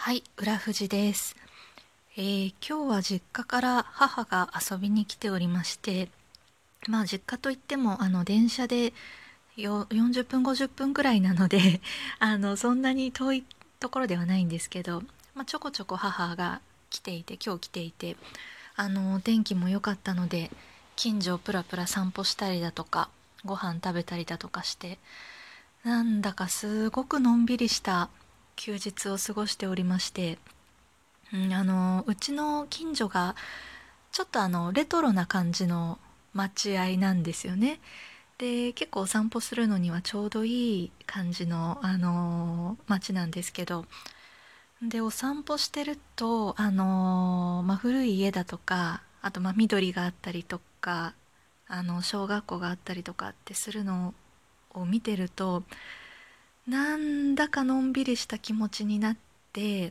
はい、浦富です。今日は実家から母が遊びに来ておりまして、実家といっても電車で40分50分くらいなのでそんなに遠いところではないんですけど、ちょこちょこ母が今日来ていて、天気も良かったので近所をプラプラ散歩したりだとかご飯食べたりだとかして、なんだかすごくのんびりした休日を過ごしておりまして、うちの近所がちょっとレトロな感じの待合なんですよね。で、結構お散歩するのにはちょうどいい感じの街なんですけど、でお散歩してると古い家だとか、あと緑があったりとか、小学校があったりとかってするのを見てると、なんだかのんびりした気持ちになって、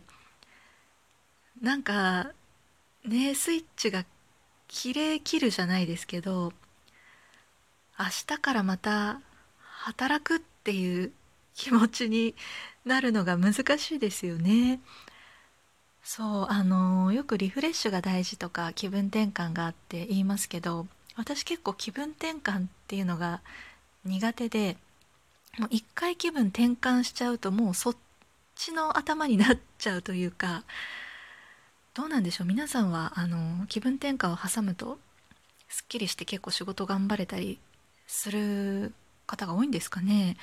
なんかね、スイッチが切るじゃないですけど、明日からまた働くっていう気持ちになるのが難しいですよね。そう、よくリフレッシュが大事とか気分転換があって言いますけど、私結構気分転換っていうのが苦手で、もう一回気分転換しちゃうともうそっちの頭になっちゃうというか、どうなんでしょう、皆さんは気分転換を挟むとすっきりして結構仕事頑張れたりする方が多いんですかね。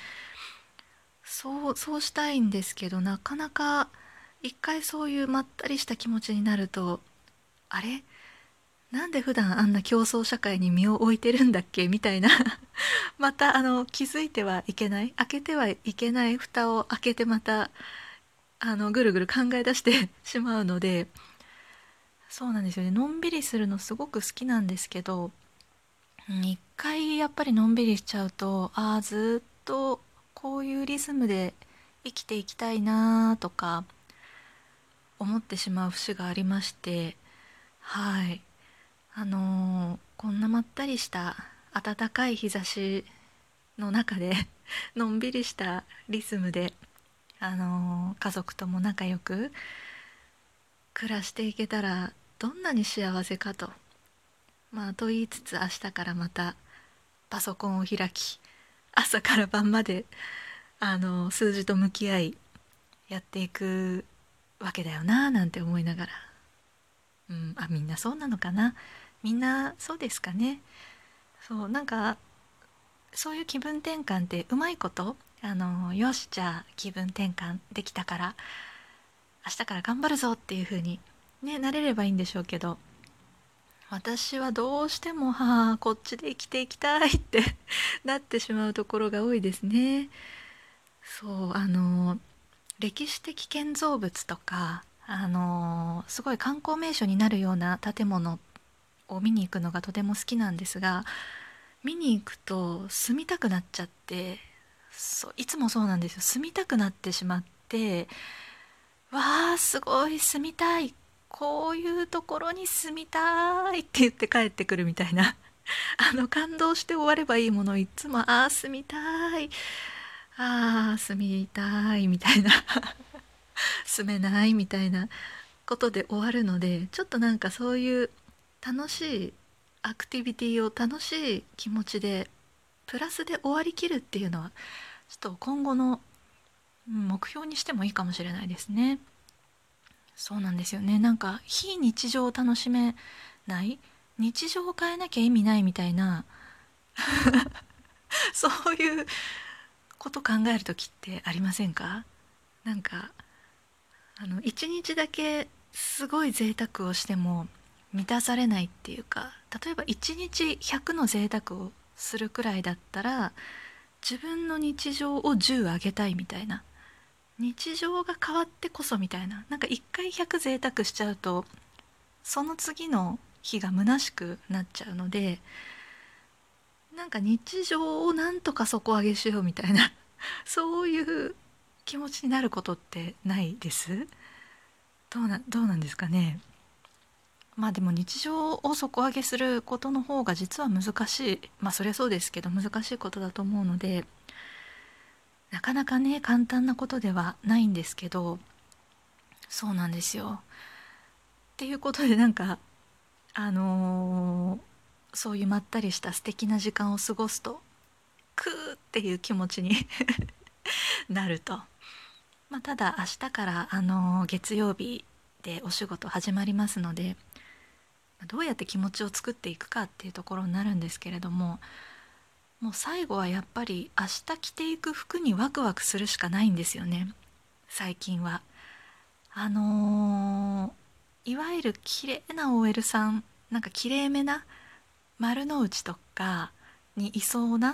そうしたいんですけど、なかなか一回そういうまったりした気持ちになると、あれ、なんで普段あんな競争社会に身を置いてるんだっけみたいなまた気づいてはいけない、開けてはいけない蓋を開けて、またぐるぐる考え出してしまうので、そうなんですよね。のんびりするのすごく好きなんですけど、一回やっぱりのんびりしちゃうと、ずっとこういうリズムで生きていきたいなとか思ってしまう節がありまして、はい。こんなまったりした暖かい日差しの中でのんびりしたリズムで、家族とも仲良く暮らしていけたらどんなに幸せかと。と言いつつ、明日からまたパソコンを開き、朝から晩まで数字と向き合いやっていくわけだよななんて思いながら、みんなそうなのかな、みんなそうですかね。そう、なんかそういう気分転換ってうまいこと、よし、じゃあ気分転換できたから明日から頑張るぞっていう風にね、なれればいいんでしょうけど、私はどうしてもこっちで生きていきたいってなってしまうところが多いですね。そう、歴史的建造物とか、すごい観光名所になるような建物を見に行くのがとても好きなんですが、見に行くと住みたくなっちゃって、そう、いつもそうなんですよ。住みたくなってしまって、わあ、すごい住みたい。こういうところに住みたいって言って帰ってくるみたいな。感動して終わればいいものをいつも、住みたい。住みたいみたいな。住めないみたいなことで終わるので、ちょっとなんかそういう楽しいアクティビティを楽しい気持ちでプラスで終わりきるっていうのは、ちょっと今後の目標にしてもいいかもしれないですね。そうなんですよね。なんか非日常を楽しめない、日常を変えなきゃ意味ないみたいな、そういうこと考える時ってありませんか？なんか一日だけすごい贅沢をしても満たされないっていうか、例えば一日100の贅沢をするくらいだったら自分の日常を10上げたいみたいな、日常が変わってこそみたいな、なんか一回100贅沢しちゃうとその次の日が虚しくなっちゃうので、なんか日常をなんとか底上げしようみたいなそういう気持ちになることってないです？どうなんですかね。でも日常を底上げすることの方が実は難しい、それはそうですけど難しいことだと思うので、なかなかね簡単なことではないんですけど、 そうなんですよ。っていうことでなんかあのーそういうまったりした素敵な時間を過ごすとクーっていう気持ちになると、まあ、ただ明日から、月曜日でお仕事始まりますので、どうやって気持ちを作っていくかっていうところになるんですけれども、もう最後はやっぱり明日着ていく服にワクワクするしかないんですよね、最近は。あのいわゆる綺麗な OL さん、なんか綺麗めな丸の内とかにいそうな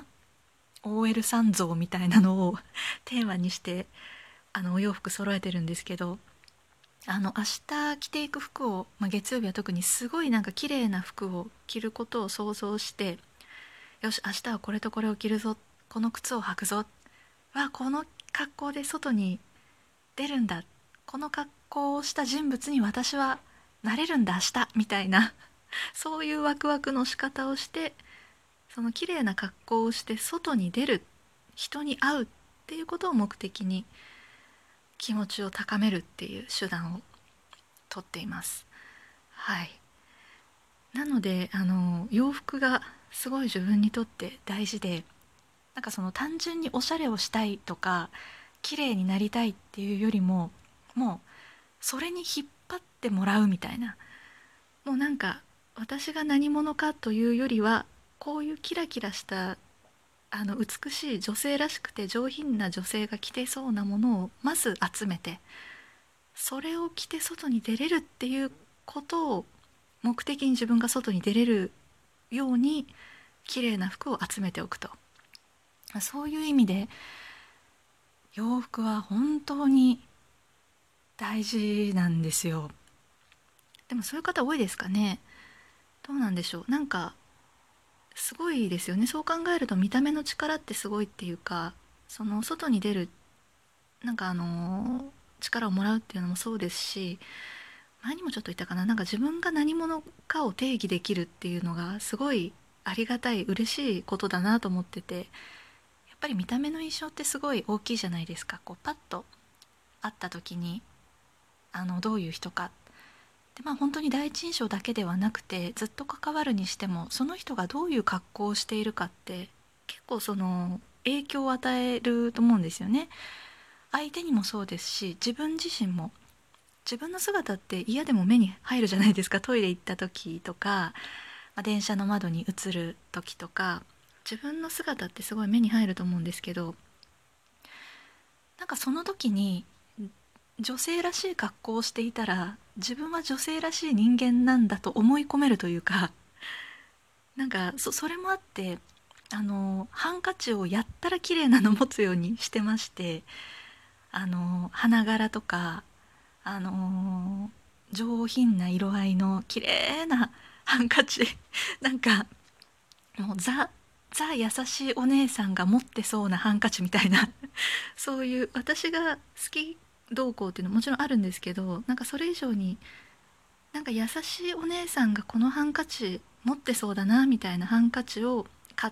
OL さん像みたいなのをテーマにしてお洋服揃えてるんですけど、明日着ていく服を、月曜日は特にすごいなんか綺麗な服を着ることを想像して、よし明日はこれとこれを着るぞ、この靴を履くぞ、この格好で外に出るんだ、この格好をした人物に私はなれるんだ明日みたいなそういうワクワクの仕方をして、その綺麗な格好をして外に出る、人に会うっていうことを目的に気持ちを高めるっていう手段をとっています。はい。なので洋服がすごい自分にとって大事で、なんかその単純におしゃれをしたいとか綺麗になりたいっていうよりも、もうそれに引っ張ってもらうみたいな、もうなんか私が何者かというよりは、こういうキラキラした美しい女性らしくて上品な女性が着てそうなものをまず集めて、それを着て外に出れるっていうことを目的に自分が外に出れるように綺麗な服を集めておくと、そういう意味で洋服は本当に大事なんですよ。でもそういう方多いですかね。どうなんでしょう。なんかすごいですよね。そう考えると見た目の力ってすごいっていうか、その外に出る、なんか力をもらうっていうのもそうですし、前にもちょっと言ったかな、なんか自分が何者かを定義できるっていうのがすごいありがたい嬉しいことだなと思ってて、やっぱり見た目の印象ってすごい大きいじゃないですか。こうパッと会った時にどういう人かで、本当に第一印象だけではなくて、ずっと関わるにしてもその人がどういう格好をしているかって結構その影響を与えると思うんですよね。相手にもそうですし、自分自身も。自分の姿って嫌でも目に入るじゃないですか。トイレ行った時とか、電車の窓に映る時とか、自分の姿ってすごい目に入ると思うんですけど、なんかその時に女性らしい格好をしていたら自分は女性らしい人間なんだと思い込めるというか、なんかそれもあって、ハンカチをやったら綺麗なの持つようにしてまして、花柄とかあの上品な色合いの綺麗なハンカチなんかもうザ優しいお姉さんが持ってそうなハンカチみたいなそういう私が好きどうこうっていうのももちろんあるんですけど、なんかそれ以上になんか優しいお姉さんがこのハンカチ持ってそうだなみたいなハンカチを買って、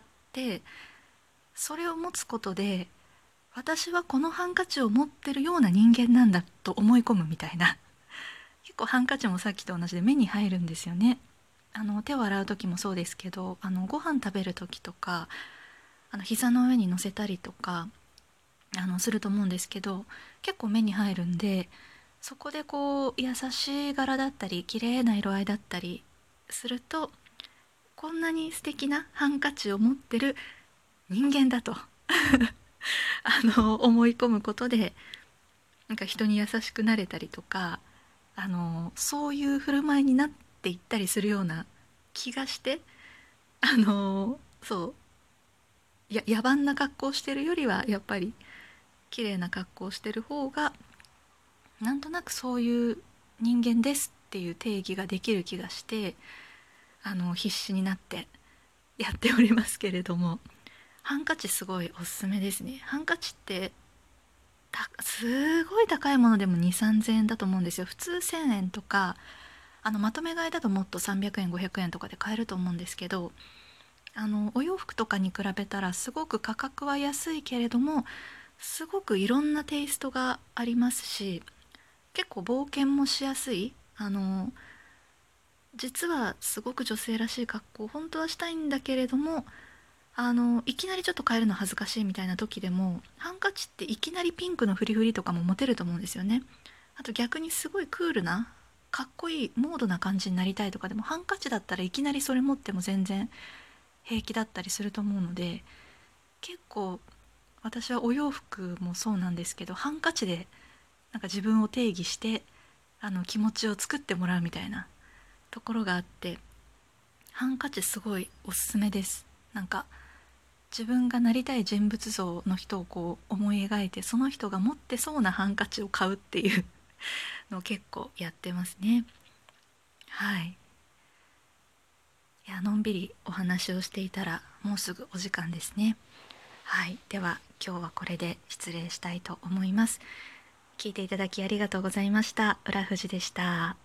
それを持つことで私はこのハンカチを持ってるような人間なんだと思い込むみたいな。結構ハンカチもさっきと同じで目に入るんですよね。手を洗う時もそうですけど、ご飯食べる時とか膝の上に乗せたりとかすると思うんですけど、結構目に入るんで、そこでこう優しい柄だったり綺麗な色合いだったりすると、こんなに素敵なハンカチを持ってる人間だと思い込むことで、なんか人に優しくなれたりとか、そういう振る舞いになっていったりするような気がして、そう野蛮な格好をしてるよりはやっぱり綺麗な格好をしてる方がなんとなくそういう人間ですっていう定義ができる気がして、必死になってやっておりますけれども、ハンカチすごいおすすめですね。ハンカチってすごい高いものでも2、3000円だと思うんですよ。普通1000円とかまとめ買いだともっと300円500円とかで買えると思うんですけど、お洋服とかに比べたらすごく価格は安いけれども、すごくいろんなテイストがありますし、 結構冒険もしやすい、実はすごく女性らしい格好本当はしたいんだけれども、いきなりちょっと変えるの恥ずかしいみたいな時でもハンカチっていきなりピンクのフリフリとかも持てると思うんですよね。あと逆にすごいクールなかっこいいモードな感じになりたいとかでもハンカチだったらいきなりそれ持っても全然平気だったりすると思うので、結構私はお洋服もそうなんですけどハンカチでなんか自分を定義して気持ちを作ってもらうみたいなところがあって、ハンカチすごいおすすめです。なんか自分がなりたい人物像の人をこう思い描いてその人が持ってそうなハンカチを買うっていうのを結構やってますね。はい。いや、のんびりお話をしていたらもうすぐお時間ですね。はい。では今日はこれで失礼したいと思います。聞いていただきありがとうございました。浦富士でした。